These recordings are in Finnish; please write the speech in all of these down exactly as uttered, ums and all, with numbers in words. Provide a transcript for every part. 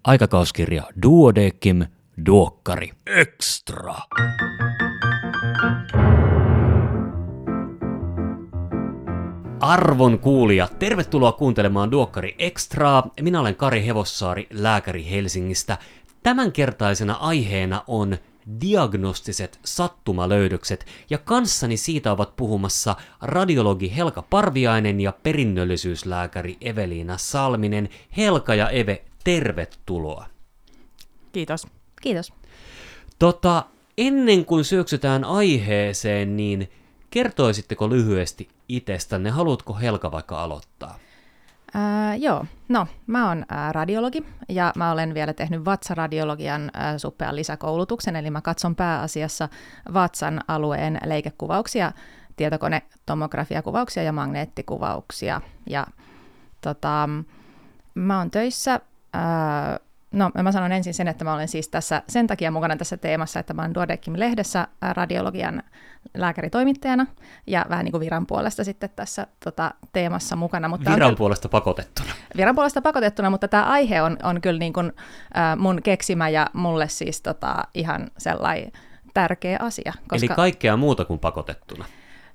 Aikakauskirja Duodecim Duokkari Extra. Arvon kuulija, tervetuloa kuuntelemaan Duokkari Extraa. Minä olen Kari Hevossaari, lääkäri Helsingistä. Tämänkertaisena aiheena on diagnostiset sattumalöydökset, ja kanssani siitä ovat puhumassa radiologi Helka Parviainen ja perinnöllisyyslääkäri Eveliina Salminen. Helka ja Eve, tervetuloa. Kiitos. Kiitos. Tota, ennen kuin syöksytään aiheeseen, niin kertoisitteko lyhyesti itsestänne? Haluatko Helka vaikka aloittaa? Ää, joo, no mä oon ää, radiologi ja mä olen vielä tehnyt vatsaradiologian ää, suppean lisäkoulutuksen, eli mä katson pääasiassa vatsan alueen leikekuvauksia, tietokonetomografiakuvauksia ja magneettikuvauksia. Ja tota, mä oon töissä, ää, no mä sanon ensin sen, että mä olen siis tässä sen takia mukana tässä teemassa, että mä oon Duodecim-lehdessä radiologian lääkäritoimittajana ja vähän niin kuin viran puolesta sitten tässä tota, teemassa mukana. Mutta viran on, puolesta pakotettuna. Viran puolesta pakotettuna, mutta tämä aihe on, on kyllä niin kuin, äh, mun keksimä ja mulle siis tota, ihan sellainen tärkeä asia. Koska, Eli kaikkea muuta kuin pakotettuna.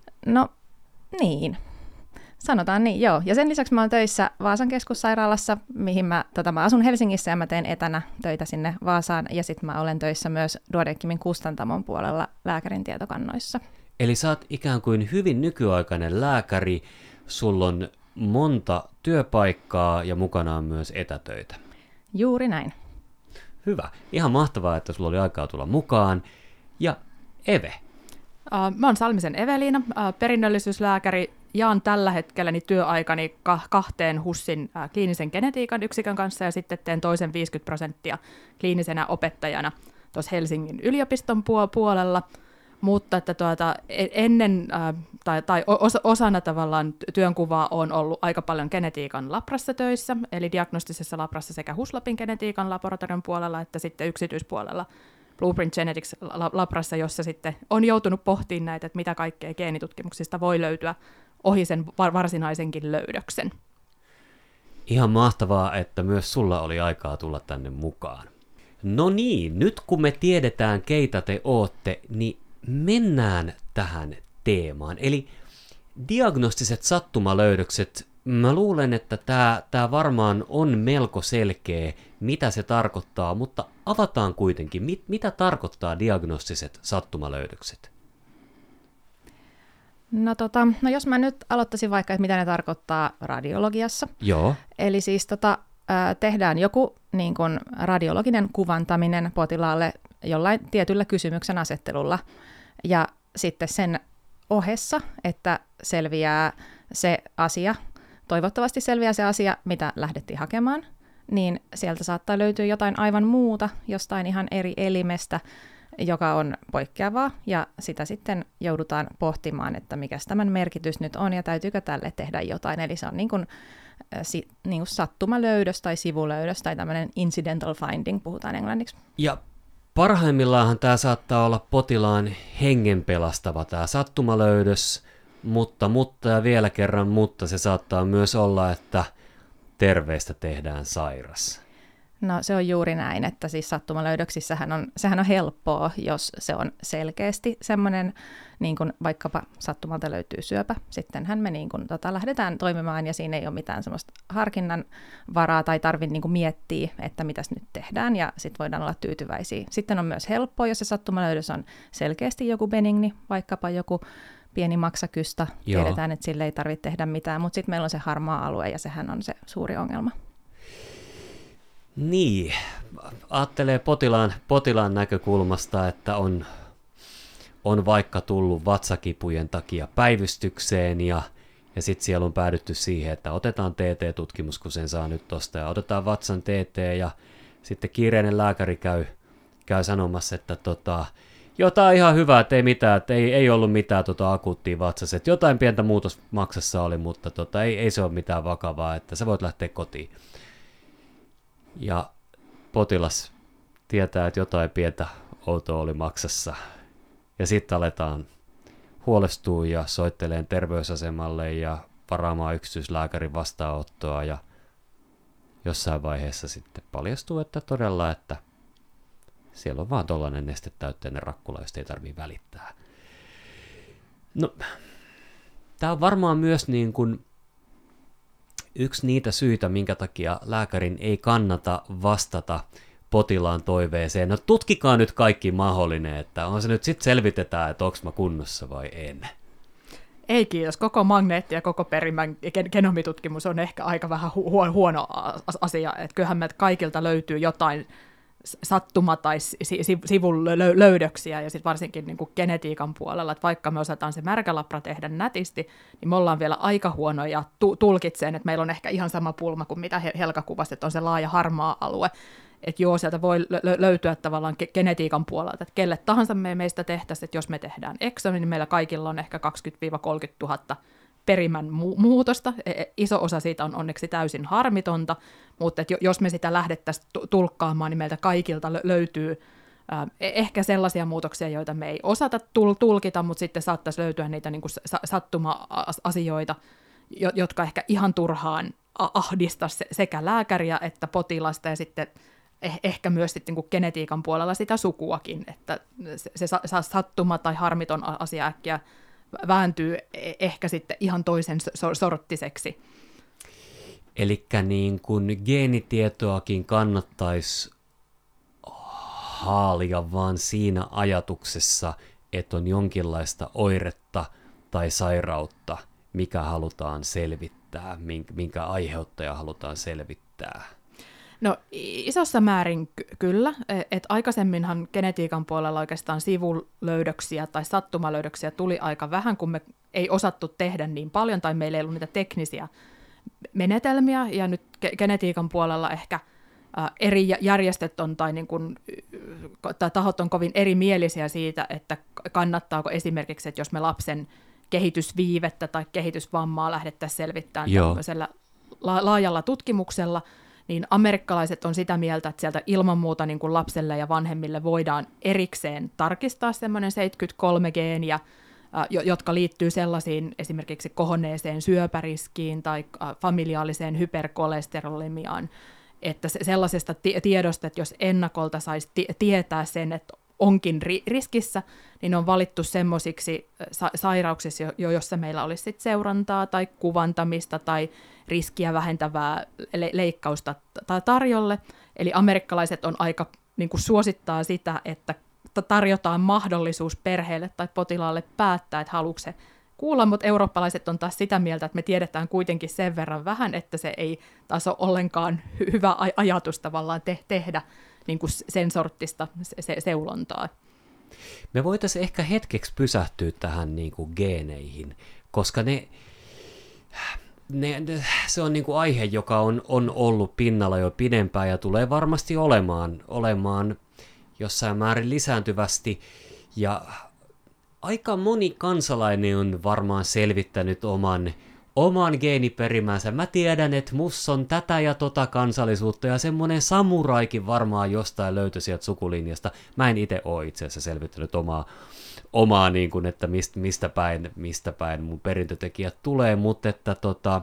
No niin, sanotaan niin, joo. Ja sen lisäksi mä oon töissä Vaasan keskussairaalassa, mihin mä, tota, mä asun Helsingissä ja mä teen etänä töitä sinne Vaasaan. Ja sitten mä olen töissä myös Duodecimin kustantamon puolella lääkärin tietokannoissa. Eli sä oot ikään kuin hyvin nykyaikainen lääkäri, sulla on monta työpaikkaa ja mukana on myös etätöitä. Juuri näin. Hyvä. Ihan mahtavaa, että sulla oli aikaa tulla mukaan. Ja Eve. Uh, mä oon Salmisen Eveliina, uh, perinnöllisyyslääkäri. Jaan tällä hetkellä työaikani kahteen HUSin uh, kliinisen genetiikan yksikön kanssa ja sitten teen toisen viisikymmentä prosenttia kliinisenä opettajana tuossa Helsingin yliopiston puolella. Mutta että tuota, ennen äh, tai, tai os, osana tavallaan työnkuvaa on ollut aika paljon genetiikan labrassa töissä, eli diagnostisessa labrassa sekä HUSLabin genetiikan laboratorion puolella että sitten yksityispuolella Blueprint Genetics labrassa, jossa sitten on joutunut pohtimaan näitä, että mitä kaikkea geenitutkimuksista voi löytyä ohi sen varsinaisenkin löydöksen. Ihan mahtavaa, että myös sulla oli aikaa tulla tänne mukaan. No niin, nyt kun me tiedetään, keitä te ootte, niin mennään tähän teemaan. Eli diagnostiset sattumalöydökset, mä luulen, että tämä tää varmaan on melko selkeä, mitä se tarkoittaa, mutta avataan kuitenkin, mit, mitä tarkoittaa diagnostiset sattumalöydökset? No, tota, no jos mä nyt aloittaisin vaikka, että mitä ne tarkoittaa radiologiassa. Joo. Eli siis tota, tehdään joku niin kuin radiologinen kuvantaminen potilaalle jollain tietyllä kysymyksen asettelulla. Ja sitten sen ohessa, että selviää se asia, toivottavasti selviää se asia, mitä lähdettiin hakemaan, niin sieltä saattaa löytyä jotain aivan muuta, jostain ihan eri elimestä, joka on poikkeavaa, ja sitä sitten joudutaan pohtimaan, että mikä tämän merkitys nyt on, ja täytyykö tälle tehdä jotain. Eli se on niin kuin, si, niin kuin sattumalöydös tai sivulöydös tai tämmöinen incidental finding, puhutaan englanniksi. Ja parhaimmillaan tämä saattaa olla potilaan hengen pelastava tämä sattumalöydös, mutta, mutta ja vielä kerran, mutta se saattaa myös olla, että terveistä tehdään sairas. No se on juuri näin, että siis sattumalöydöksissähän on, sehän on helppoa, jos se on selkeästi semmoinen, niin kuin vaikkapa sattumalta löytyy syöpä, sittenhän me niin kuin, tota, lähdetään toimimaan ja siinä ei ole mitään semmoista harkinnan varaa tai tarvitse niin kuin miettiä, että mitäs nyt tehdään ja sitten voidaan olla tyytyväisiä. Sitten on myös helppoa, jos se sattumalöydös on selkeästi joku benigni, vaikkapa joku pieni maksakystä, Joo. Tiedetään, että sille ei tarvitse tehdä mitään, mutta sitten meillä on se harmaa alue ja sehän on se suuri ongelma. Niin, ajattelee potilaan, potilaan näkökulmasta, että on, on vaikka tullut vatsakipujen takia päivystykseen ja, ja sitten siellä on päädytty siihen, että otetaan T T-tutkimus, kun sen saa nyt tosta ja otetaan vatsan T T ja sitten kiireinen lääkäri käy, käy sanomassa, että tota, jotain ihan hyvää, että ei mitään, että ei, ei ollut mitään tota akuuttia vatsassa, että jotain pientä muutos maksassa oli, mutta tota, ei, ei se ole mitään vakavaa, että sä voit lähteä kotiin. Ja potilas tietää, että jotain pientä outoa oli maksassa. Ja sitten aletaan huolestua ja soitteleen terveysasemalle ja varaamaan yksityislääkärin vastaanottoa. Ja jossain vaiheessa sitten paljastuu, että todella, että siellä on vaan tollainen nestetäytteinen rakkula, josta ei tarvitse välittää. No, tämä on varmaan myös niin kuin yksi niitä syitä, minkä takia lääkärin ei kannata vastata potilaan toiveeseen. No tutkikaa nyt kaikki mahdollinen, että on se nyt sitten selvitetään, että onko mä kunnossa vai en. Ei kiitos. Koko magneetti ja koko perimän genomitutkimus on ehkä aika vähän hu- huono asia. Että kyllähän meiltä kaikilta löytyy jotain sattuma- tai sivun löydöksiä, ja sitten varsinkin niin kuin genetiikan puolella, että vaikka me osataan se märkälabra tehdä nätisti, niin me ollaan vielä aika huonoja tu- tulkitseen, että meillä on ehkä ihan sama pulma kuin mitä Helka kuvasi, että on se laaja harmaa alue. Että joo, sieltä voi lö- löytyä tavallaan ge- genetiikan puolelta, että kelle tahansa me meistä tehtäisiin, että jos me tehdään eksoni, niin meillä kaikilla on ehkä kaksikymmentä kolmekymmentä tuhatta perimän mu- muutosta. Iso osa siitä on onneksi täysin harmitonta, mutta että jos me sitä lähdettäisiin tulkkaamaan, niin meiltä kaikilta löytyy äh, ehkä sellaisia muutoksia, joita me ei osata tul- tulkita, mutta sitten saattaisi löytyä niitä niin kuin sattuma-asioita, jotka ehkä ihan turhaan ahdistaa sekä lääkäriä että potilasta, ja sitten ehkä myös sitten niin kuin genetiikan puolella sitä sukuakin, että se sattuma tai harmiton asia äkkiä vääntyy ehkä sitten ihan toisen sorttiseksi. Elikkä niin kun geenitietoakin kannattaisi haalia vaan siinä ajatuksessa, että on jonkinlaista oiretta tai sairautta, mikä halutaan selvittää, minkä aiheuttaja halutaan selvittää. No isossa määrin ky- kyllä, että aikaisemminhan genetiikan puolella oikeastaan sivulöydöksiä tai sattumalöydöksiä tuli aika vähän, kun me ei osattu tehdä niin paljon tai meillä ei ollut niitä teknisiä menetelmiä, ja nyt ge- genetiikan puolella ehkä ä, eri järjestöt on tai, niin kun, tai tahot on kovin erimielisiä siitä, että kannattaako esimerkiksi, että jos me lapsen kehitysviivettä tai kehitysvammaa lähdettäisiin selvittämään Joo. tämmöisellä la- laajalla tutkimuksella, niin amerikkalaiset on sitä mieltä, että sieltä ilman muuta niin kuin lapselle ja vanhemmille voidaan erikseen tarkistaa semmoinen seitsemänkymmentäkolme geeniä, jotka liittyy sellaisiin esimerkiksi kohonneeseen syöpäriskiin tai familiaaliseen hyperkolesterolemiaan, että sellaisesta tiedosta, että jos ennakolta saisi tietää sen, että onkin riskissä, niin on valittu semmoisiksi sairauksissa, joissa meillä olisi sit seurantaa tai kuvantamista tai riskiä vähentävää le- leikkausta tarjolle. Eli amerikkalaiset on aika niin kuin suosittaa sitä, että tarjotaan mahdollisuus perheelle tai potilaalle päättää, että haluatko se kuulla, mutta eurooppalaiset on taas sitä mieltä, että me tiedetään kuitenkin sen verran vähän, että se ei taas ole ollenkaan hy- hyvä aj- ajatus tavallaan te- tehdä niin kuin sen sorttista se- seulontaa. Me voitaisiin ehkä hetkeksi pysähtyä tähän niin kuin geeneihin, koska ne... Ne, ne, se on niin kuin aihe, joka on, on ollut pinnalla jo pidempään ja tulee varmasti olemaan, olemaan jossain määrin lisääntyvästi. Ja aika moni kansalainen on varmaan selvittänyt oman, oman geeniperimänsä. Mä tiedän, että mussa on tätä ja tota kansallisuutta, ja semmoinen samuraikin varmaan jostain löytyi sieltä sukulinjasta. Mä en itse ole itse asiassa selvittänyt omaa, omaa niin kuin, että mistä, mistä, päin, mistä päin mun perintötekijät tulee, mutta että tota,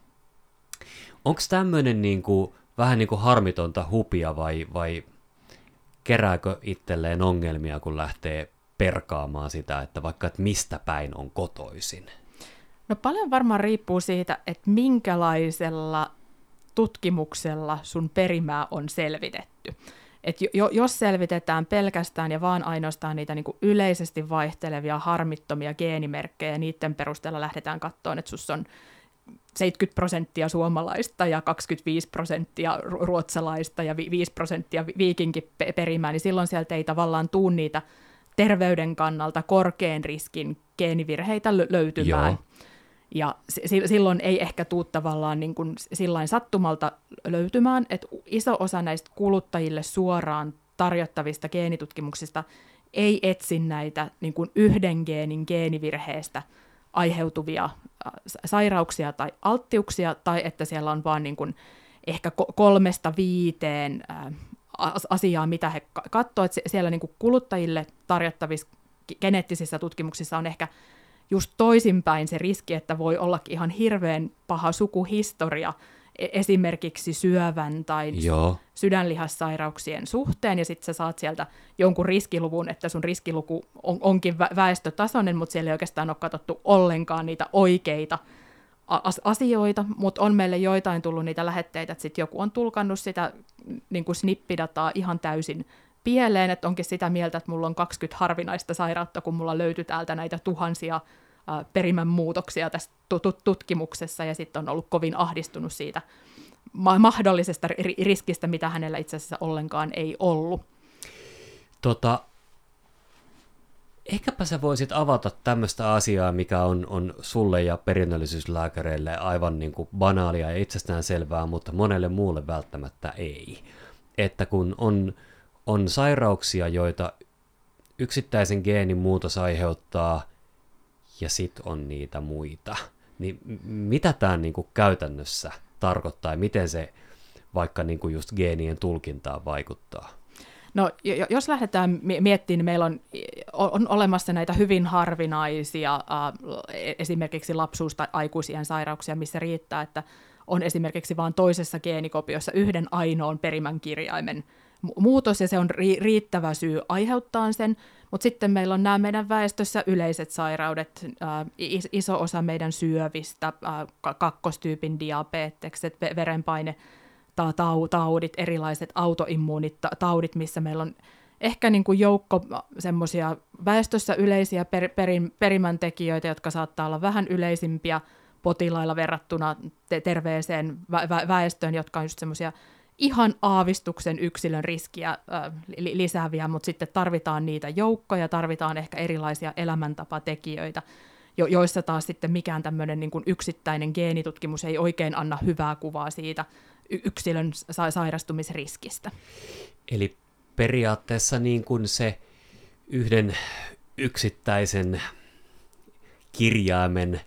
onko tämmöinen niin kuin, vähän niin kuin harmitonta hupia vai, vai kerääkö itselleen ongelmia, kun lähtee perkaamaan sitä, että vaikka että mistä päin on kotoisin? No paljon varmaan riippuu siitä, että minkälaisella tutkimuksella sun perimää on selvitetty. Et jo, jos selvitetään pelkästään ja vaan ainoastaan niitä niin kuin yleisesti vaihtelevia harmittomia geenimerkkejä, ja niiden perusteella lähdetään katsomaan, että sus on seitsemänkymmentä prosenttia suomalaista ja kaksikymmentäviisi prosenttia ruotsalaista ja viisi prosenttia viikinkiperimää, niin silloin sieltä ei tavallaan tuu niitä terveyden kannalta korkean riskin geenivirheitä löytymään. Joo. Ja silloin ei ehkä tule tavallaan niin kuin sillain sattumalta löytymään, että iso osa näistä kuluttajille suoraan tarjottavista geenitutkimuksista ei etsi näitä niin kuin yhden geenin geenivirheestä aiheutuvia sairauksia tai alttiuksia, tai että siellä on vaan niin kuin ehkä kolmesta viiteen asiaa, mitä he katsovat. Siellä niin kuin kuluttajille tarjottavissa geneettisissä tutkimuksissa on ehkä just toisinpäin se riski, että voi ollakin ihan hirveän paha sukuhistoria, esimerkiksi syövän tai Joo. sydänlihassairauksien suhteen, ja sitten sä saat sieltä jonkun riskiluvun, että sun riskiluku on, onkin väestötasoinen, mutta siellä ei oikeastaan ole katsottu ollenkaan niitä oikeita asioita, mutta on meille joitain tullut niitä lähetteitä, että sitten joku on tulkannut sitä niin kuin snippidataa ihan täysin pieleen, että onkin sitä mieltä, että mulla on kaksikymmentä harvinaista sairautta, kun mulla löytyy täältä näitä tuhansia ä, perimän muutoksia tässä tutkimuksessa, ja sitten on ollut kovin ahdistunut siitä ma- mahdollisesta ri- riskistä, mitä hänellä itse asiassa ollenkaan ei ollut. Tota, ehkäpä sä voisit avata tämmöistä asiaa, mikä on, on sulle ja perinnöllisyyslääkäreille aivan niin kuin banaalia ja itsestäänselvää, mutta monelle muulle välttämättä ei. Että kun on, on sairauksia, joita yksittäisen geenin muutos aiheuttaa, ja sit on niitä muita, niin mitä tämä niin kuin käytännössä tarkoittaa ja miten se vaikka niin kuin just geenien tulkintaan vaikuttaa? No, jos lähdetään miettimään, niin meillä on, on olemassa näitä hyvin harvinaisia äh, esimerkiksi lapsuus- tai aikuisien sairauksia, missä riittää, että on esimerkiksi vain toisessa geenikopiossa yhden ainoan perimän kirjaimen muutos, ja se on ri- riittävä syy aiheuttaa sen, mutta sitten meillä on nämä meidän väestössä yleiset sairaudet, äh, iso osa meidän syövistä, äh, kakkostyypin diabetekset, verenpaine, taudit, erilaiset autoimmuunit taudit, missä meillä on ehkä niin kuin joukko semmoisia väestössä yleisiä per, perin, perimäntekijöitä, jotka saattaa olla vähän yleisimpiä potilailla verrattuna te- terveeseen vä- väestöön, jotka on just semmoisia ihan aavistuksen yksilön riskiä äh, li- lisääviä, mutta sitten tarvitaan niitä joukkoja, tarvitaan ehkä erilaisia elämäntapatekijöitä, jo- joissa taas sitten mikään tämmöinen niin kuin yksittäinen geenitutkimus ei oikein anna hyvää kuvaa siitä yksilön sa- sairastumisriskistä. Eli periaatteessa niin kuin se yhden yksittäisen kirjaimen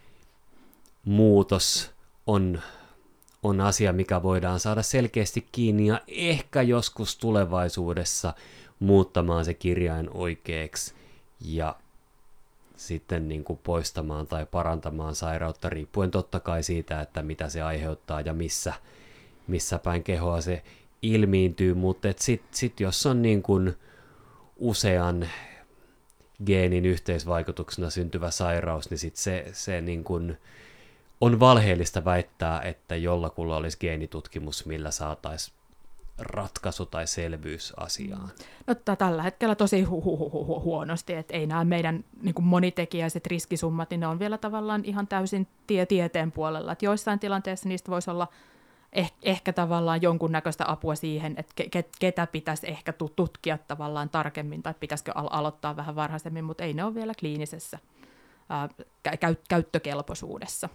muutos on, on asia, mikä voidaan saada selkeästi kiinni ja ehkä joskus tulevaisuudessa muuttamaan se kirjain oikeaksi ja sitten niin kuin poistamaan tai parantamaan sairautta riippuen totta kai siitä, että mitä se aiheuttaa ja missä, missä päin kehoa se ilmiintyy, mutta sitten sit jos on niin kuin usean geenin yhteisvaikutuksena syntyvä sairaus, niin sit se, se niin kuin on valheellista väittää, että jollakulla olisi geenitutkimus, millä saataisiin ratkaisu tai selvyys asiaan. No, tällä hetkellä tosi hu- hu- hu- hu- huonosti, että ei nämä meidän niin kuin monitekijäiset riskisummat, niin ne on vielä tavallaan ihan täysin tie- tieteen puolella. Että joissain tilanteissa niistä voisi olla eh- ehkä tavallaan jonkunnäköistä apua siihen, että ke- ketä pitäisi ehkä tutkia tavallaan tarkemmin tai pitäisikö al- aloittaa vähän varhaisemmin, mutta ei ne ole vielä kliinisessä ää, kä- käyttökelpoisuudessa.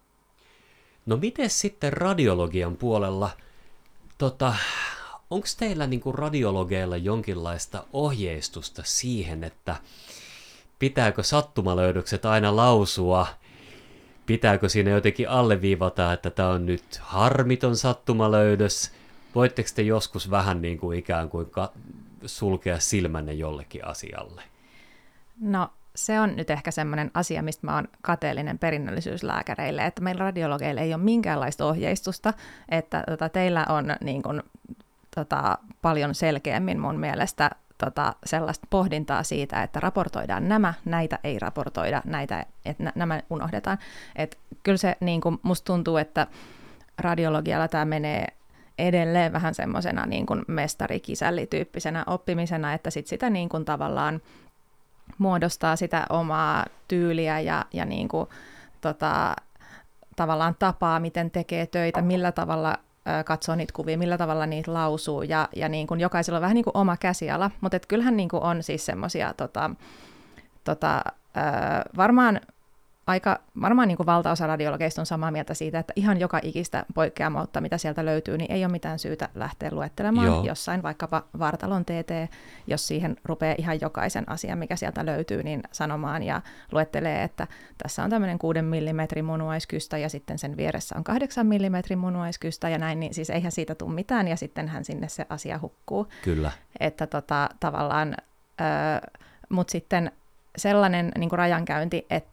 No miten sitten radiologian puolella, tota, onko teillä niinku radiologeilla jonkinlaista ohjeistusta siihen, että pitääkö sattumalöydökset aina lausua, pitääkö siinä jotenkin alleviivata, että tämä on nyt harmiton sattumalöydös, voitteko te joskus vähän niin kuin ikään kuin ka- sulkea silmänne jollekin asialle? No se on nyt ehkä semmoinen asia, mistä mä oon kateellinen perinnöllisyyslääkäreille, että meillä radiologeilla ei ole minkäänlaista ohjeistusta, että tota, teillä on niin kun, tota, paljon selkeämmin mun mielestä tota, sellaista pohdintaa siitä, että raportoidaan nämä, näitä ei raportoida, näitä, että nä- nämä unohdetaan. Et kyllä se niin kun, musta tuntuu, että radiologialla tämä menee edelleen vähän semmoisena niin kun mestari-kisälli-tyyppisenä oppimisena, että sit sitä niin kun, tavallaan muodostaa sitä omaa tyyliä ja, ja niin kuin, tota, tavallaan tapaa, miten tekee töitä, millä tavalla ö, katsoo niitä kuvia, millä tavalla niitä lausuu, ja, ja niin kuin jokaisella on vähän niin kuin oma käsiala, mutta et kyllähän niin kuin on siis semmoisia tota, tota, varmaan aika, varmaan niin kuin valtaosa radiologeista on samaa mieltä siitä, että ihan joka ikistä poikkeamautta, mitä sieltä löytyy, niin ei ole mitään syytä lähteä luettelemaan. Joo. Jossain vaikkapa vartalon T T, jos siihen rupeaa ihan jokaisen asian, mikä sieltä löytyy, niin sanomaan ja luettelee, että tässä on tämmöinen kuuden millimetrin munuaiskystä ja sitten sen vieressä on kahdeksan millimetrin munuaiskystä ja näin, niin siis eihän siitä tule mitään ja sitten hän sinne se asia hukkuu. Kyllä. Että tota, tavallaan, mutta sitten sellainen niin kuin rajankäynti, että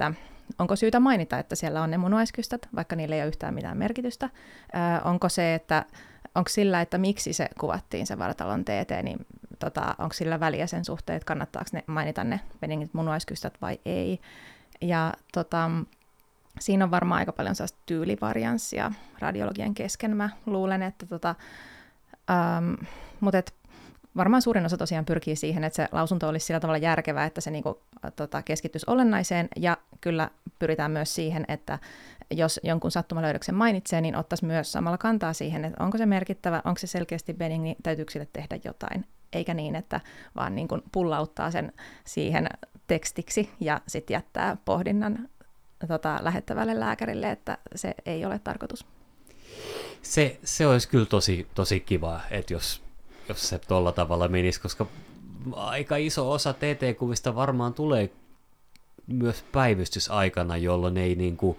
onko syytä mainita, että siellä on ne munuaiskystöt, vaikka niillä ei ole yhtään mitään merkitystä? Ö, onko se, että onko sillä, että miksi se kuvattiin se vartalon T T, niin tota, onko sillä väliä sen suhteen, että kannattaako ne mainita ne Benningin munuaiskystöt vai ei? Ja tota, siinä on varmaan aika paljon sellaista tyylivarianssia radiologian kesken, mä luulen, että tota, ähm, mutta et varmaan suurin osa tosiaan pyrkii siihen, että se lausunto olisi sillä tavalla järkevää, että se niinku, tota, keskittyisi olennaiseen, ja kyllä pyritään myös siihen, että jos jonkun sattumalöydöksen mainitsee, niin ottaisi myös samalla kantaa siihen, että onko se merkittävä, onko se selkeästi benign, niin täytyykö sille tehdä jotain, eikä niin, että vaan niin kuin pullauttaa sen siihen tekstiksi ja sitten jättää pohdinnan tota, lähettävälle lääkärille, että se ei ole tarkoitus. Se, se olisi kyllä tosi, tosi kiva, että jos, jos se tuolla tavalla menisi, koska aika iso osa T T-kuvista varmaan tulee myös päivystysaikana, jolloin ei niin kuin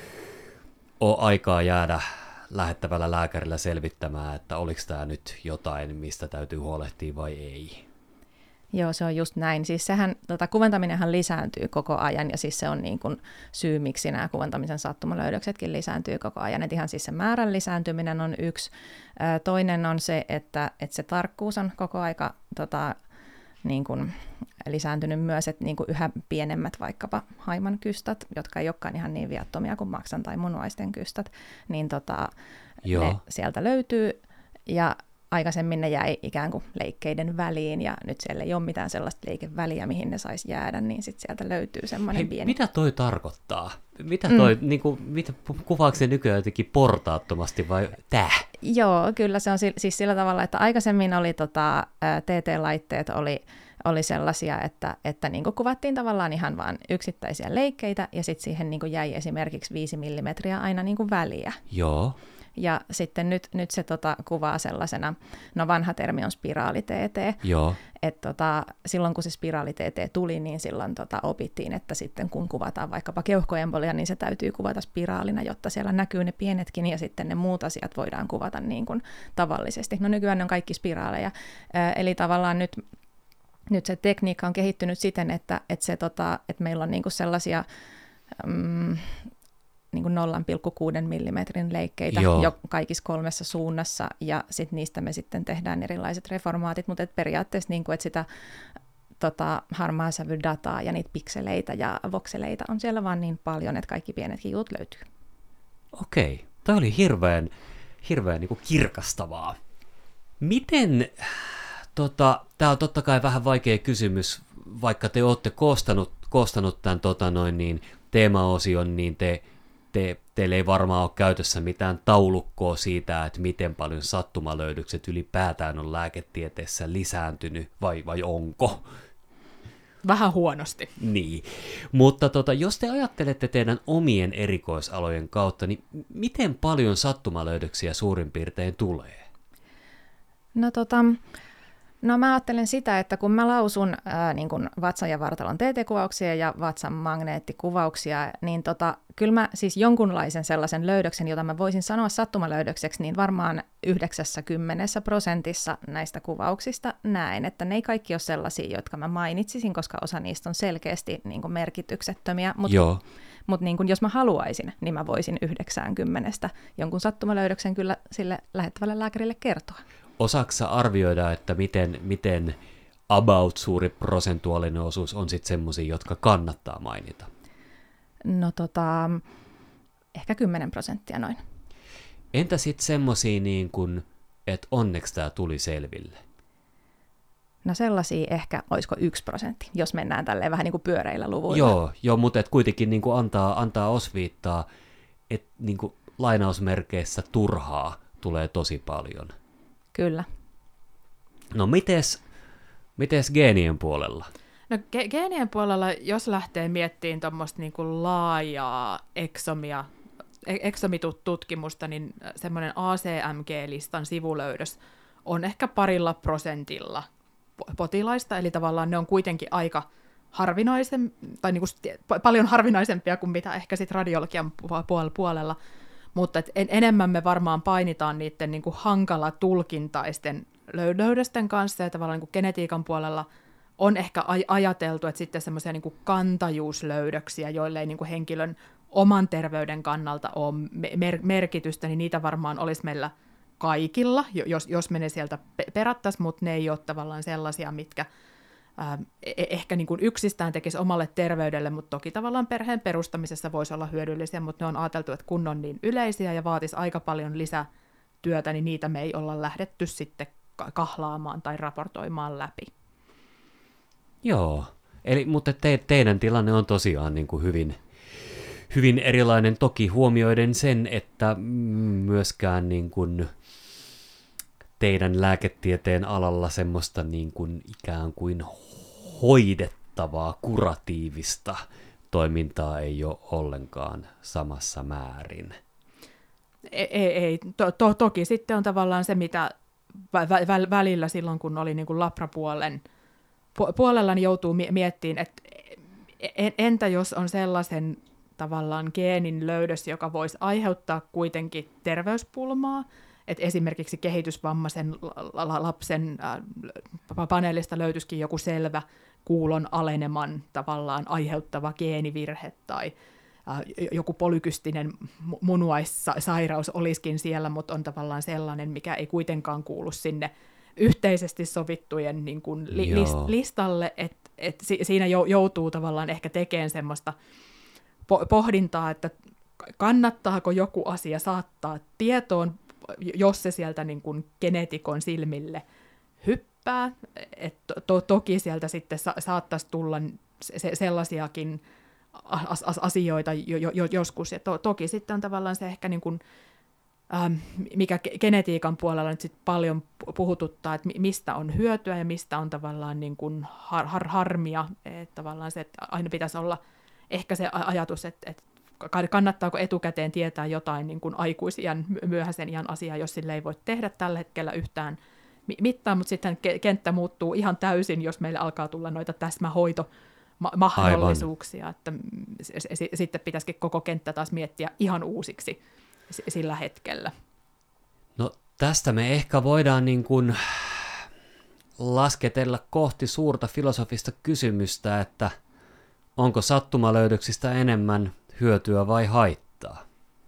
ole aikaa jäädä lähettävällä lääkärillä selvittämään, että oliko tämä nyt jotain, mistä täytyy huolehtia vai ei. Joo, se on just näin. Siis sehän, tota, kuventaminenhan lisääntyy koko ajan, ja siis se on niin kuin syy, miksi nämä kuvantamisen sattumalöydöksetkin lisääntyy koko ajan. Et ihan siis se määrän lisääntyminen on yksi. Toinen on se, että, että se tarkkuus on koko aika tota, niin kuin lisääntynyt myös, että niin kuin yhä pienemmät vaikkapa haiman kystat, jotka ei olekaan ihan niin viattomia kuin maksan tai munuaisten kystat, niin tota, ne sieltä löytyy, ja aikaisemmin ne jäi ikään kuin leikkeiden väliin, ja nyt siellä ei ole mitään sellaista leikeväliä, mihin ne saisi jäädä, niin sitten sieltä löytyy semmoinen Hei, pieni. Mitä toi tarkoittaa? Mitä toi, mm. niin kuin, mitä, kuvaako se nykyään jotenkin portaattomasti vai tää? Joo, kyllä se on siis sillä tavalla, että aikaisemmin oli tota, T T-laitteet oli oli sellaisia, että, että niin kuin kuvattiin tavallaan ihan vain yksittäisiä leikkeitä, ja sitten siihen niin kuin jäi esimerkiksi viisi millimetriä aina niin kuin väliä. Joo. Ja sitten nyt, nyt se tota, kuvaa sellaisena, no vanha termi on spiraali-T T. Joo. Että tota, silloin kun se spiraali-T T tuli, niin silloin tota, opittiin, että sitten kun kuvataan vaikkapa keuhkoembolia, niin se täytyy kuvata spiraalina, jotta siellä näkyy ne pienetkin, ja sitten ne muut asiat voidaan kuvata niin kuin tavallisesti. No nykyään ne on kaikki spiraaleja, eli tavallaan nyt Nyt se tekniikka on kehittynyt siten, että, että, se, tota, että meillä on niinku sellaisia mm, niinku nolla pilkku kuusi millimetrin leikkeitä Joo. jo kaikissa kolmessa suunnassa, ja sit niistä me sitten tehdään erilaiset reformaatit, mutta et periaatteessa niinku, että sitä tota, harmaasävydataa ja niitä pikseleitä ja vokseleita on siellä vaan niin paljon, että kaikki pienetkin jutut löytyy. Okei, toi oli hirveän, hirveän niinku kirkastavaa. Miten... Tota, tämä on totta kai vähän vaikea kysymys, vaikka te olette koostanut, koostanut tämän tota noin, niin, teemaosion, niin te, te, teille ei varmaan ole käytössä mitään taulukkoa siitä, että miten paljon sattumalöydökset ylipäätään on lääketieteessä lisääntynyt, vai, vai onko? Vähän huonosti. Niin, mutta tota, jos te ajattelette teidän omien erikoisalojen kautta, niin miten paljon sattumalöydöksiä suurin piirtein tulee? No tota... No mä ajattelen sitä, että kun mä lausun ää, niin kun vatsan ja vartalon T T-kuvauksia ja vatsan magneettikuvauksia, niin tota, kyllä mä siis jonkunlaisen sellaisen löydöksen, jota mä voisin sanoa sattumalöydökseksi, niin varmaan yhdeksänkymmentä prosentissa näistä kuvauksista näen, että ne ei kaikki ole sellaisia, jotka mä mainitsisin, koska osa niistä on selkeästi niin kun merkityksettömiä, mutta mut niin kun jos mä haluaisin, niin mä voisin yhdeksänkymmentä jonkun sattumalöydöksen kyllä sille lähettävälle lääkärille kertoa. Osaatko arvioida, että miten, miten about suuri prosentuaalinen osuus on sitten semmoisia, jotka kannattaa mainita? No tota, ehkä kymmenen prosenttia noin. Entä sitten semmoisia niin kuin, että onneksi tämä tuli selville? No sellaisia ehkä, olisiko yksi prosentti, jos mennään tälleen vähän niin kuin pyöreillä luvuilla. Joo, joo mutta et kuitenkin niin kuin antaa, antaa osviittaa, että niin kuin lainausmerkeissä turhaa tulee tosi paljon. Kyllä. No mites, mites geenien puolella? No ge- geenien puolella, jos lähtee miettimään tuommoista niinku laajaa eksomia, eksomitutkimusta, niin semmoinen A C M G-listan sivulöydös on ehkä parilla prosentilla potilaista, eli tavallaan ne on kuitenkin aika harvinaisen, tai niinku paljon harvinaisempia kuin mitä ehkä sit radiologian puolella. Mutta en, enemmän me varmaan painitaan niiden niin kuin hankala tulkintaisten löydösten kanssa, ja tavallaan niin kuin genetiikan puolella on ehkä aj- ajateltu, että sitten semmoisia niin kuin kantajuuslöydöksiä, joille ei niin kuin henkilön oman terveyden kannalta ole mer- merkitystä, niin niitä varmaan olisi meillä kaikilla, jos, jos me ne sieltä perattaisiin, mutta ne ei ole tavallaan sellaisia, mitkä ää, ehkä niin kuin yksistään tekisi omalle terveydelle, mutta toki tavallaan perheen perustamisessa voisi olla hyödyllisiä, mutta ne on ajateltu, että kun on niin yleisiä ja vaatisi aika paljon lisätyötä, niin niitä me ei olla lähdetty sitten kahlaamaan tai raportoimaan läpi. Joo, eli, mutta te, teidän tilanne on tosiaan niin kuin hyvin, hyvin erilainen, toki huomioiden sen, että myöskään niin kuin teidän lääketieteen alalla semmoista niin kuin ikään kuin hoidettavaa, kuratiivista toimintaa ei ole ollenkaan samassa määrin. Ei, ei to, to, toki sitten on tavallaan se, mitä vä, vä, välillä silloin, kun oli niin kuin labrapuolen puolella, niin joutuu miettimään, että entä jos on sellaisen tavallaan geenin löydös, joka voisi aiheuttaa kuitenkin terveyspulmaa, että esimerkiksi kehitysvammaisen lapsen paneelista löytyisikin joku selvä kuulon aleneman tavallaan aiheuttava geenivirhe tai joku polykystinen munuaissairaus olisikin siellä, mutta on tavallaan sellainen, mikä ei kuitenkaan kuulu sinne yhteisesti sovittujen niin kuin li- listalle, että et siinä joutuu tavallaan ehkä tekemään semmoista pohdintaa, että kannattaako joku asia saattaa tietoon, jos se sieltä niin kuin geneetikon silmille hyppää. Et to- toki sieltä sitten sa- saattaisi tulla se- sellaisiakin as- as- asioita jo- jo- joskus. Ja to- toki sitten on tavallaan se ehkä, niin kuin, ähm, mikä genetiikan puolella nyt sit paljon puhututtaa, että mistä on hyötyä ja mistä on tavallaan niin kuin har- har- harmia. Et tavallaan se, että aina pitäisi olla ehkä se ajatus, että, että kannattaako etukäteen tietää jotain niin kuin aikuisiän, myöhäisen iän asiaa, jos sille ei voi tehdä tällä hetkellä yhtään mittaan, mutta sitten kenttä muuttuu ihan täysin, jos meille alkaa tulla noita täsmähoitomahdollisuuksia, että sitten pitäisikin koko kenttä taas miettiä ihan uusiksi sillä hetkellä. No tästä me ehkä voidaan niin kuin lasketella kohti suurta filosofista kysymystä, että onko sattumalöydöksistä enemmän hyötyä vai haittaa?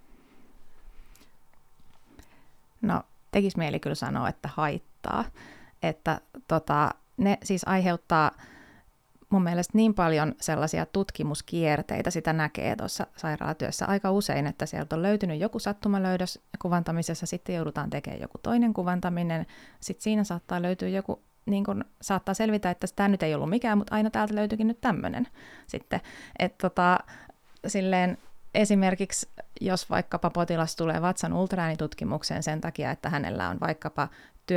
No, tekisi mieli kyllä sanoa, että haittaa. Että tota, ne siis aiheuttaa mun mielestä niin paljon sellaisia tutkimuskierteitä, sitä näkee tuossa sairaalatyössä aika usein, että sieltä on löytynyt joku sattumalöydös kuvantamisessa, sitten joudutaan tekemään joku toinen kuvantaminen, sitten siinä saattaa löytyä joku, niin kun saattaa selvitä, että tämä nyt ei ollut mikään, mutta aina täältä löytyykin nyt tämmöinen sitten, että tota, silleen esimerkiksi, jos vaikkapa potilas tulee vatsan ultraäänitutkimukseen sen takia, että hänellä on vaikkapa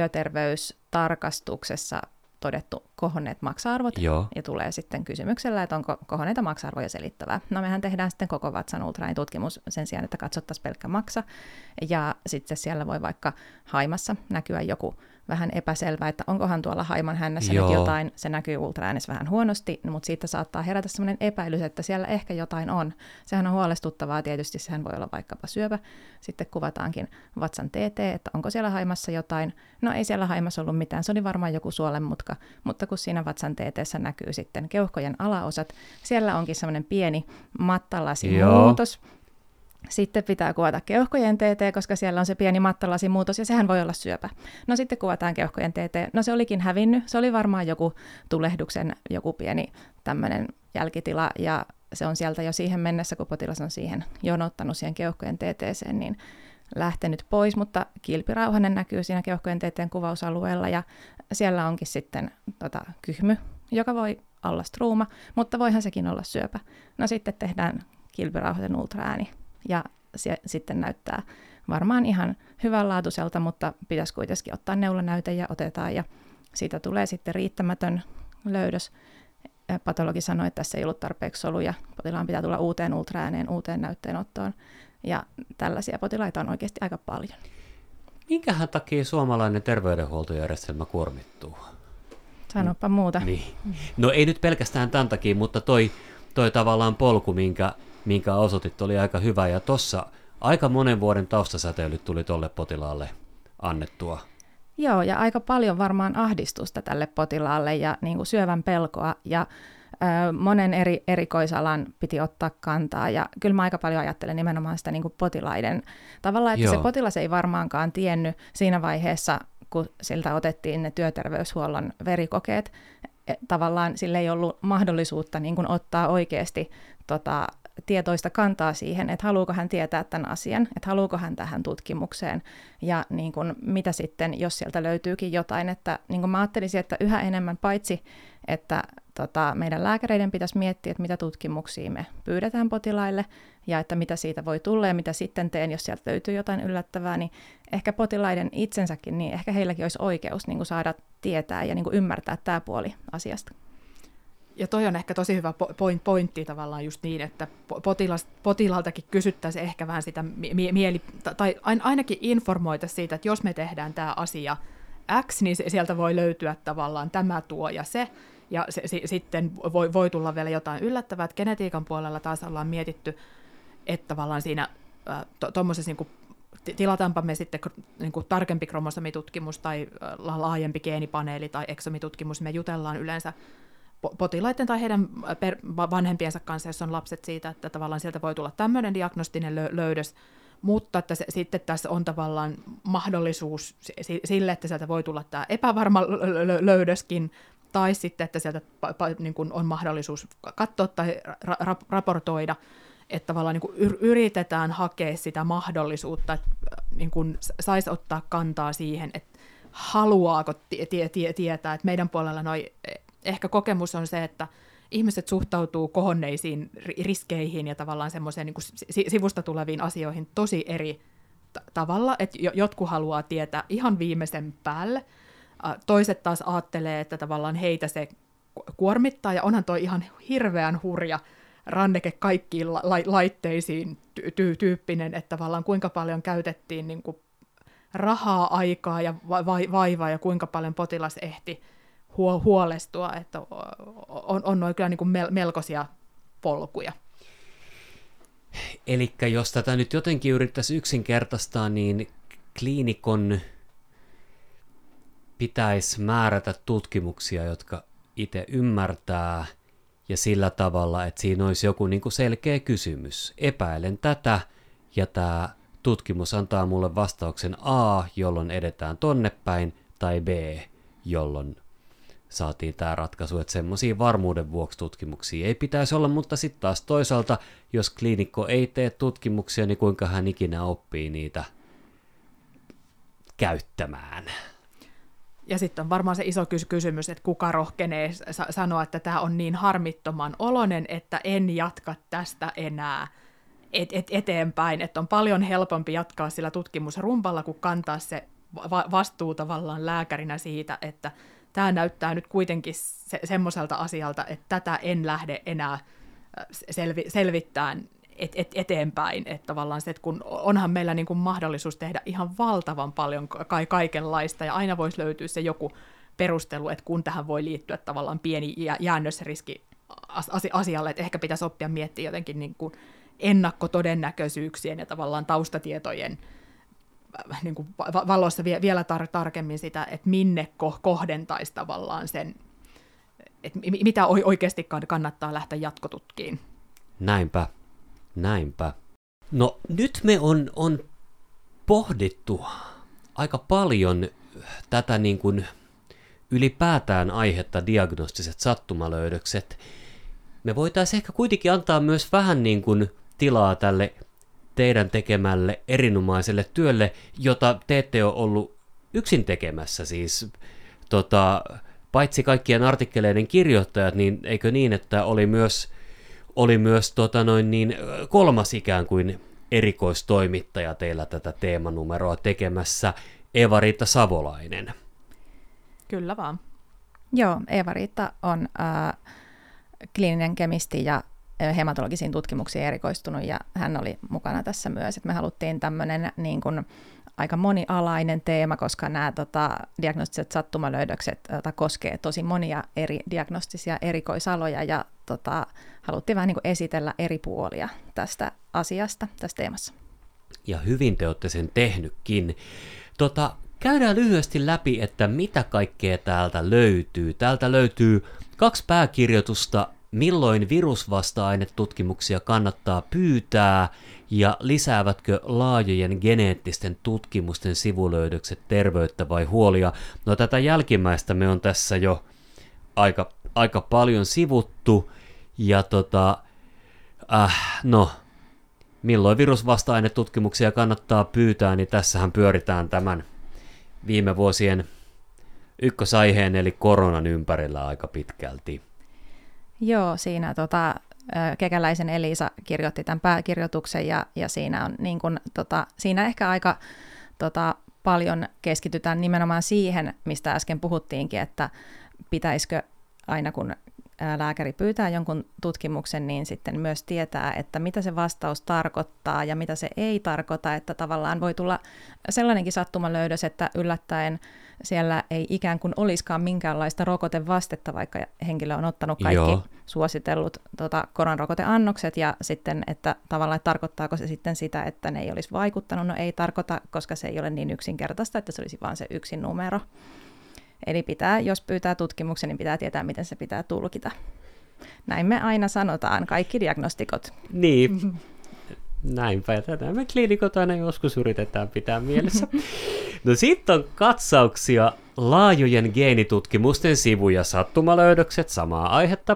työterveystarkastuksessa todettu kohonneet maksa-arvot, Joo. ja tulee sitten kysymyksellä, että onko kohonneita maksa-arvoja selittävää. No mehän tehdään sitten koko vatsan ultraäänitutkimus sen sijaan, että katsottaisiin pelkkä maksa, ja sitten siellä voi vaikka haimassa näkyä joku vähän epäselvä, että onkohan tuolla haiman hännässä nyt jotain, se näkyy ultraäänessä vähän huonosti, mutta siitä saattaa herätä sellainen epäilys, että siellä ehkä jotain on. Sehän on huolestuttavaa tietysti, sehän voi olla vaikkapa syöpä. Sitten kuvataankin vatsan T T, että onko siellä haimassa jotain. No ei siellä haimassa ollut mitään, se oli varmaan joku suolenmutka, mutta kun siinä vatsan T T:ssä näkyy sitten keuhkojen alaosat, siellä onkin sellainen pieni mattalasimuutos. Sitten pitää kuvata keuhkojen T T, koska siellä on se pieni mattalasimuutos, ja sehän voi olla syöpä. No sitten kuvataan keuhkojen T T. No se olikin hävinnyt. Se oli varmaan joku tulehduksen, joku pieni tämmöinen jälkitila, ja se on sieltä jo siihen mennessä, kun potilas on siihen jonottanut siihen keuhkojen T T:seen, niin lähtenyt pois, mutta kilpirauhanen näkyy siinä keuhkojen T T:n kuvausalueella, ja siellä onkin sitten tota, kyhmy, joka voi olla struuma, mutta voihan sekin olla syöpä. No sitten tehdään kilpirauhasen ultraääni. Ja se sitten näyttää varmaan ihan hyvänlaatuiselta, mutta pitäisi kuitenkin ottaa neulanäyte ja otetaan. Ja siitä tulee sitten riittämätön löydös. Patologi sanoi, että tässä ei ollut tarpeeksi soluja. Potilaan pitää tulla uuteen ultraääneen, uuteen näytteenottoon. Ja tällaisia potilaita on oikeasti aika paljon. Minkähän takia suomalainen terveydenhuoltojärjestelmä kuormittuu? Sanopa muuta. Niin. No ei nyt pelkästään tämän takia, mutta toi, toi tavallaan polku, minkä minkä osoitit, oli aika hyvä, ja tuossa aika monen vuoden taustasäteilyt tuli tuolle potilaalle annettua. Joo, ja aika paljon varmaan ahdistusta tälle potilaalle ja niin kuin syövän pelkoa, ja ö, monen eri erikoisalan piti ottaa kantaa, ja kyllä mä aika paljon ajattelen nimenomaan sitä niin kuin potilaiden tavalla, että Joo. se potilas ei varmaankaan tiennyt siinä vaiheessa, kun siltä otettiin ne työterveyshuollon verikokeet, tavallaan sillä ei ollut mahdollisuutta niin kuin ottaa oikeasti tota, tietoista kantaa siihen, että haluuko hän tietää tämän asian, että haluuko hän tähän tutkimukseen, ja niin kuin, mitä sitten, jos sieltä löytyykin jotain, että niin kuin mä ajattelisin, että yhä enemmän paitsi, että tota, meidän lääkäreiden pitäisi miettiä, että mitä tutkimuksia me pyydetään potilaille, ja että mitä siitä voi tulla, ja mitä sitten teen, jos sieltä löytyy jotain yllättävää, niin ehkä potilaiden itsensäkin, niin ehkä heilläkin olisi oikeus niin kuin saada tietää ja niin kuin ymmärtää tämä puoli asiasta. Ja toi on ehkä tosi hyvä point, pointti tavallaan just niin, että potilas, potilaaltakin kysyttäisiin ehkä vähän sitä mie- mieli, tai ainakin informoitaisiin siitä, että jos me tehdään tämä asia X, niin sieltä voi löytyä tavallaan tämä tuo ja se, ja se, se, sitten voi, voi tulla vielä jotain yllättävää, että genetiikan puolella taas ollaan mietitty, että tavallaan siinä tuommoisessa niin kuin tilataanpa me sitten niin kuin tarkempi kromosomitutkimus tai laajempi geenipaneeli tai eksomitutkimus, me jutellaan yleensä potilaiden tai heidän vanhempiensa kanssa, jos on lapset siitä, että tavallaan sieltä voi tulla tämmöinen diagnostinen löydös, mutta että se, sitten tässä on tavallaan mahdollisuus sille, että sieltä voi tulla tämä epävarma löydöskin, tai sitten, että sieltä niin kuin on mahdollisuus katsoa tai ra- raportoida, että tavallaan niin kuin yritetään hakea sitä mahdollisuutta, että niin kuin saisi ottaa kantaa siihen, että haluaako tie- tie- tietää, että meidän puolella noi, ehkä kokemus on se, että ihmiset suhtautuu kohonneisiin riskeihin ja tavallaan semmoiseen niin kuin sivusta tuleviin asioihin tosi eri t- tavalla, että jotkut haluaa tietää ihan viimeisen päälle, toiset taas ajattelee, että tavallaan heitä se kuormittaa, ja onhan toi ihan hirveän hurja ranneke kaikkiin la- laitteisiin ty- tyyppinen, että tavallaan kuinka paljon käytettiin niin kuin rahaa, aikaa ja va- vaivaa, ja kuinka paljon potilas ehti huo- huolestua, että on, on noin kyllä niin kuin mel- melkoisia polkuja. Elikkä jos tätä nyt jotenkin yrittäisi yksinkertaistaa, niin kliinikon pitäisi määrätä tutkimuksia, jotka itse ymmärtää, ja sillä tavalla, että siinä olisi joku niin kuin selkeä kysymys. Epäilen tätä, ja tämä tutkimus antaa mulle vastauksen A, jolloin edetään tonne päin, tai B, jolloin saatiin tämä ratkaisu, että semmoisia varmuuden vuoksi tutkimuksia ei pitäisi olla, mutta sitten taas toisaalta, jos kliinikko ei tee tutkimuksia, niin kuinka hän ikinä oppii niitä käyttämään. Ja sitten on varmaan se iso kysymys, että kuka rohkenee sanoa, että tämä on niin harmittoman oloinen, että en jatka tästä enää et, et, eteenpäin. Että on paljon helpompi jatkaa sillä tutkimusrumpalla, kuin kantaa se va- vastuu tavallaan lääkärinä siitä, että tämä näyttää nyt kuitenkin se, semmoiselta asialta, että tätä en lähde enää selvi, selvittämään et, et, eteenpäin. Että tavallaan se, että kun onhan meillä niin kuin mahdollisuus tehdä ihan valtavan paljon ka- kaikenlaista, ja aina voisi löytyä se joku perustelu, että kun tähän voi liittyä tavallaan pieni jäännösriski asialle, että ehkä pitäisi oppia miettiä jotenkin niin kuin ennakkotodennäköisyyksien ja tavallaan taustatietojen niin kuin valossa vielä tar- tarkemmin sitä, että minne kohdentaisi tavallaan sen, että mitä oikeasti kannattaa lähteä jatkotutkiin. Näinpä, näinpä. No nyt me on, on pohdittu aika paljon tätä niin kuin ylipäätään aihetta diagnostiset sattumalöydökset. Me voitaisiin ehkä kuitenkin antaa myös vähän niin kuin tilaa tälle teidän tekemälle erinomaiselle työlle, jota te ette ole ollut yksin tekemässä. Siis tota, paitsi kaikkien artikkeleiden kirjoittajat, niin eikö niin, että oli myös, oli myös tota noin niin, kolmas ikään kuin erikoistoimittaja teillä tätä teemanumeroa tekemässä, Eeva-Riitta Savolainen. Kyllä vaan. Joo, Eeva-Riitta on äh, kliininen kemisti ja hematologisiin tutkimuksiin erikoistunut, ja hän oli mukana tässä myös. Et me haluttiin tämmöinen niin kuin aika monialainen teema, koska nämä tota, diagnostiset sattumalöydökset tota, koskee tosi monia eri diagnostisia erikoisaloja, ja tota, haluttiin vähän niin kuin esitellä eri puolia tästä asiasta, tässä teemassa. Ja hyvin te olette sen tehnytkin. Tota, käydään lyhyesti läpi, että mitä kaikkea täältä löytyy. Täältä löytyy kaksi pääkirjoitusta, milloin virusvasta-ainetutkimuksia kannattaa pyytää ja lisäävätkö laajojen geneettisten tutkimusten sivulöydökset terveyttä vai huolia. No tätä jälkimmäistä me on tässä jo aika, aika paljon sivuttu ja tota, äh, no, milloin virusvasta-ainetutkimuksia kannattaa pyytää, niin tässähän pyöritään tämän viime vuosien ykkösaiheen eli koronan ympärillä aika pitkälti. Joo, siinä tota, Kekäläisen Elisa kirjoitti tämän pääkirjoituksen ja, ja siinä, on, niin kun, tota, siinä ehkä aika tota, paljon keskitytään nimenomaan siihen, mistä äsken puhuttiinkin, että pitäisikö aina kun lääkäri pyytää jonkun tutkimuksen, niin sitten myös tietää, että mitä se vastaus tarkoittaa ja mitä se ei tarkoita, että tavallaan voi tulla sellainenkin sattumalöydös, että yllättäen siellä ei ikään kuin olisikaan minkäänlaista rokotevastetta, vaikka henkilö on ottanut kaikki Joo. suositellut tota, koronarokoteannokset ja sitten, että tavallaan että tarkoittaako se sitten sitä, että ne ei olisi vaikuttanut, no ei tarkoita, koska se ei ole niin yksinkertaista, että se olisi vain se yksi numero. Eli pitää, jos pyytää tutkimuksen, niin pitää tietää, miten se pitää tulkita. Näin me aina sanotaan, kaikki diagnostikot. Niin, näinpä. Ja tätä me kliinikot aina joskus yritetään pitää mielessä. No sitten on katsauksia laajojen geenitutkimusten sivuja, sattumalöydökset, samaa aihetta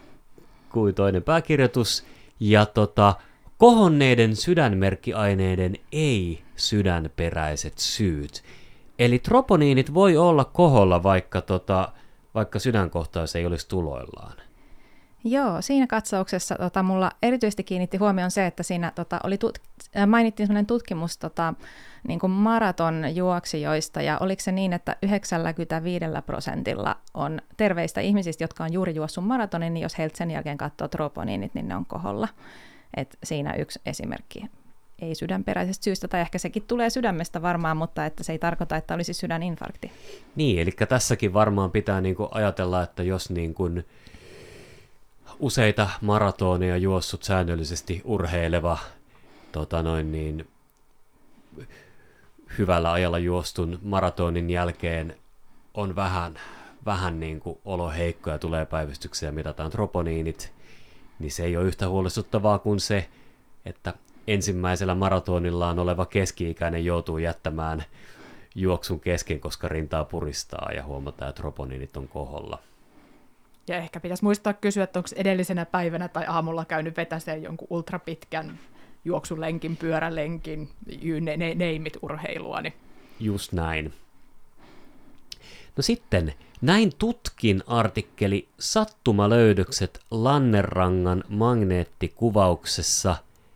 kuin toinen pääkirjoitus. Ja tota, kohonneiden sydänmerkkiaineiden ei-sydänperäiset syyt. Eli troponiinit voi olla koholla, vaikka, tota, vaikka sydänkohtaus ei olisi tuloillaan. Joo, siinä katsauksessa tota, mulla erityisesti kiinnitti huomioon se, että siinä tota, oli tut- mainittiin sellainen tutkimus tota, niin kuin maratonjuoksijoista, ja oliko se niin, että yhdeksänkymmentäviisi prosentilla on terveistä ihmisistä, jotka on juuri juossut maratonin, niin jos heiltä sen jälkeen katsoo troponiinit, niin ne on koholla. Et siinä yksi esimerkki. Ei sydänperäisestä syystä, tai ehkä sekin tulee sydämestä varmaan, mutta että se ei tarkoita, että olisi sydäninfarkti. Niin, eli tässäkin varmaan pitää niin kuin ajatella, että jos niin kuin useita maratoneja juossut säännöllisesti urheileva, tota noin niin, hyvällä ajalla juostun maratonin jälkeen on vähän, vähän niin kuin olo heikko ja tulee päivystyksiä ja mitataan troponiinit, niin se ei ole yhtä huolestuttavaa kuin se, että ensimmäisellä maratonillaan oleva keski-ikäinen joutuu jättämään juoksun kesken, koska rintaa puristaa ja huomataan, että troponiinit on koholla. Ja ehkä pitäisi muistaa kysyä, että onko edellisenä päivänä tai aamulla käynyt vetäseen jonkun ultrapitkän juoksulenkin, pyörälenkin, ne, ne, neimit urheilua. Niin. Just näin. No sitten, näin tutkin artikkeli Sattumalöydökset Lannerangan magneettikuvauksessa.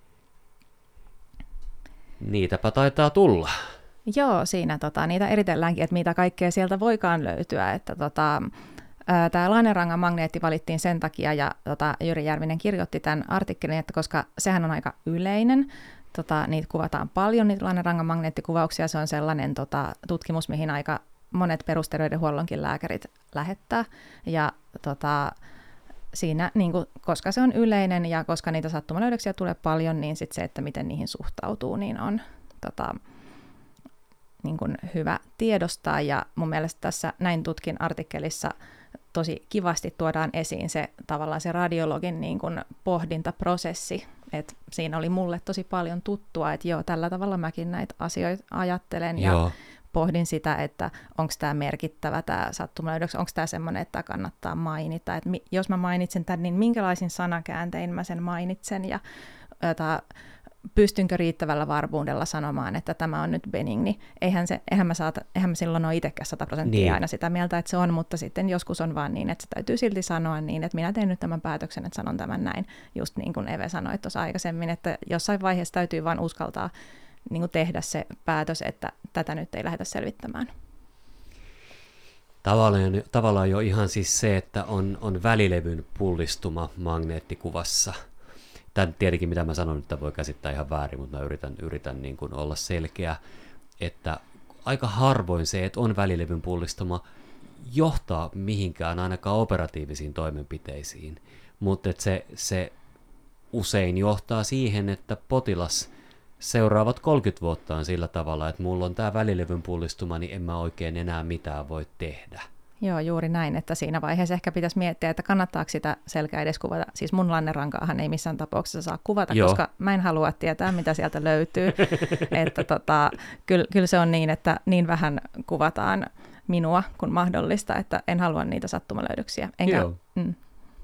Niitäpä taitaa tulla. Joo, siinä tota, niitä eritelläänkin, että mitä kaikkea sieltä voikaan löytyä. Että, tota, tämä Lannerangan magneetti valittiin sen takia, ja tota, Jyri Järvinen kirjoitti tämän artikkelin, että koska sehän on aika yleinen, tota, niitä kuvataan paljon, niitä Lannerangan magneettikuvauksia, se on sellainen tota, tutkimus, mihin aika monet perusterveydenhuollonkin lääkärit lähettää, ja tota, siinä, niin kuin, koska se on yleinen ja koska niitä sattumalöydöksiä tulee paljon, niin sit se, että miten niihin suhtautuu, niin on tota, niin kuin hyvä tiedostaa. Ja mun mielestä tässä Näin tutkin artikkelissa tosi kivasti tuodaan esiin se tavallaan se radiologin niin kuin pohdintaprosessi. Et siinä oli mulle tosi paljon tuttua, että joo, tällä tavalla mäkin näitä asioita ajattelen. Joo. Ja pohdin sitä, että onko tämä merkittävä tämä sattumalöydöks, onko tämä semmoinen, että kannattaa mainita. Et mi, jos mä mainitsen tämän, niin minkälaisin sanakääntein mä sen mainitsen ja ota, pystynkö riittävällä varmuudella sanomaan, että tämä on nyt benigni. Eihän, se, eihän, mä, saata, eihän mä silloin ole itsekään sata prosenttia niin. aina sitä mieltä, että se on, mutta sitten joskus on vaan niin, että se täytyy silti sanoa niin, että minä teen nyt tämän päätöksen, että sanon tämän näin, just niin kuin Eve sanoi tuossa aikaisemmin, että jossain vaiheessa täytyy vaan uskaltaa niin kuin tehdä se päätös, että tätä nyt ei lähdetä selvittämään. Tavallaan, tavallaan jo ihan siis se, että on, on välilevyn pullistuma magneettikuvassa. Tämän tietenkin, mitä mä sanon, että voi käsittää ihan väärin, mutta mä yritän, yritän niin kuin olla selkeä, että aika harvoin se, että on välilevyn pullistuma, johtaa mihinkään ainakaan operatiivisiin toimenpiteisiin, mutta se, se usein johtaa siihen, että potilas seuraavat kolmekymmentä vuotta on sillä tavalla, että mulla on tämä välilevyn pullistuma, niin en mä oikein enää mitään voi tehdä. Joo, juuri näin, että siinä vaiheessa ehkä pitäisi miettiä, että kannattaako sitä selkää edes kuvata. Siis mun lannerankaahan ei missään tapauksessa saa kuvata, Joo. koska mä en halua tietää, mitä sieltä löytyy. että tota, kyllä, kyllä se on niin, että niin vähän kuvataan minua kuin mahdollista, että en halua niitä sattumalöydöksiä. Enkä, Joo. Mm.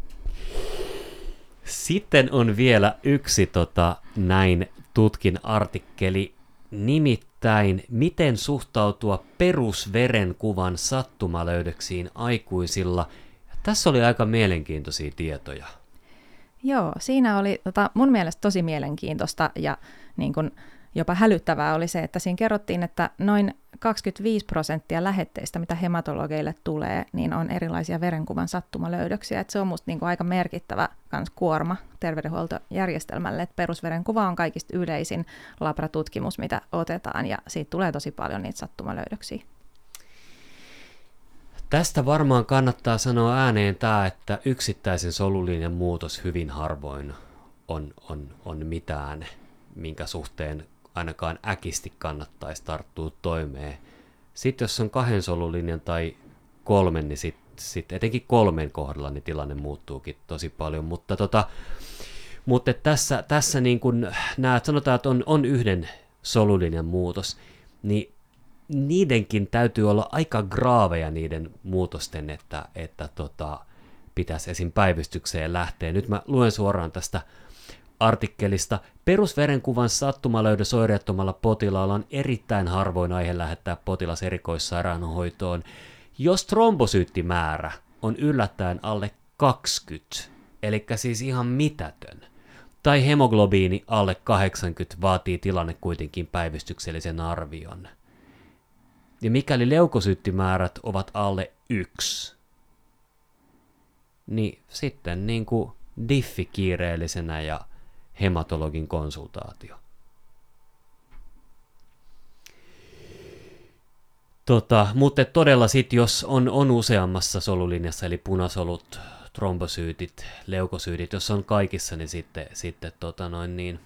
Sitten on vielä yksi tota, näin tutkin artikkeli, nimittäin miten suhtautua perusverenkuvan sattumalöydöksiin aikuisilla. Tässä oli aika mielenkiintoisia tietoja. Joo, siinä oli tota, mun mielestä tosi mielenkiintoista ja niin kun, jopa hälyttävää oli se, että siinä kerrottiin, että noin kaksikymmentäviisi prosenttia lähetteistä, mitä hematologeille tulee, niin on erilaisia verenkuvan sattumalöydöksiä. Et se on musta niin kuin aika merkittävä kans kuorma terveydenhuoltojärjestelmälle, että perusverenkuva on kaikista yleisin labratutkimus, mitä otetaan, ja siitä tulee tosi paljon niitä sattumalöydöksiä. Tästä varmaan kannattaa sanoa ääneen tämä, että yksittäisen solulinjan muutos hyvin harvoin on, on, on mitään, minkä suhteen ainakaan äkisti kannattaisi tarttua toimeen. Sitten jos on kahden solulinjan tai kolmen, niin sitten sit etenkin kolmen kohdalla niin tilanne muuttuukin tosi paljon. Mutta, tota, mutta tässä, tässä niin kun nämä, sanotaan, että on, on yhden solulinjan muutos, niin niidenkin täytyy olla aika graaveja niiden muutosten, että, että tota, pitäisi esim. Päivystykseen lähteä. Nyt mä luen suoraan tästä artikkelista. Perusverenkuvan sattumalöydös oireettomalla potilaalla on erittäin harvoin aihe lähettää potilas erikoissairaanhoitoon. Jos trombosyyttimäärä on yllättäen alle kaksikymmentä, eli siis ihan mitätön, tai hemoglobiini alle kahdeksankymmentä, vaatii tilanne kuitenkin päivystyksellisen arvion. Ja mikäli leukosyyttimäärät ovat alle yksi, niin sitten niin kuin diffi kiireellisenä ja hematologin konsultaatio. Tota, mutta todella sitten, jos on, on useammassa solulinjassa, eli punasolut, trombosyytit, leukosyytit, jos on kaikissa, niin sitten, sitten tota noin niin,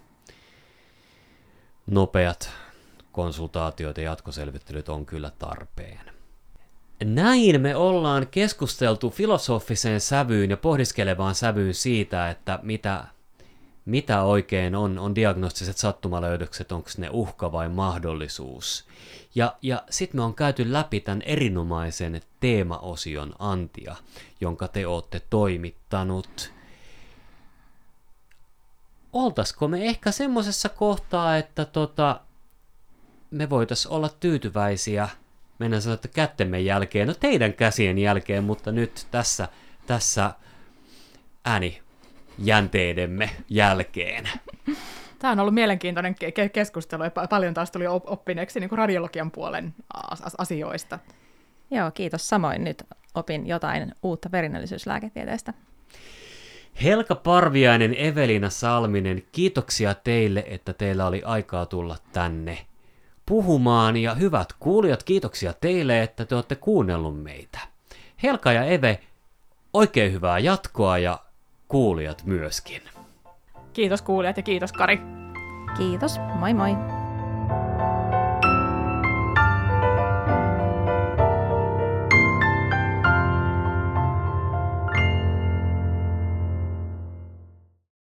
nopeat konsultaatiot ja jatkoselvittelyt on kyllä tarpeen. Näin me ollaan keskusteltu filosofiseen sävyyn ja pohdiskelevaan sävyyn siitä, että mitä, mitä oikein on, on diagnostiset sattumalöydökset, onko ne uhka vai mahdollisuus. Ja, ja sitten me on käyty läpi tämän erinomaisen teemaosion antia, jonka te olette toimittanut. Oltaisiko me ehkä semmoisessa kohtaa, että tota, me voitaisiin olla tyytyväisiä, mennään sanoa, että kättemme jälkeen, no teidän käsien jälkeen, mutta nyt tässä, tässä äänijänteidemme jälkeen. Tämä on ollut mielenkiintoinen ke- keskustelu ja paljon taas tuli oppineeksi niin kuin radiologian puolen asioista. Joo, kiitos. Samoin nyt opin jotain uutta perinnöllisyyslääketieteestä. Helka Parviainen, Evelina Salminen, kiitoksia teille, että teillä oli aikaa tulla tänne puhumaan, ja hyvät kuulijat, kiitoksia teille, että te olette kuunnellut meitä. Helka ja Eve, oikein hyvää jatkoa ja kuulijat myöskin. Kiitos kuulijat ja kiitos Kari. Kiitos, moi moi.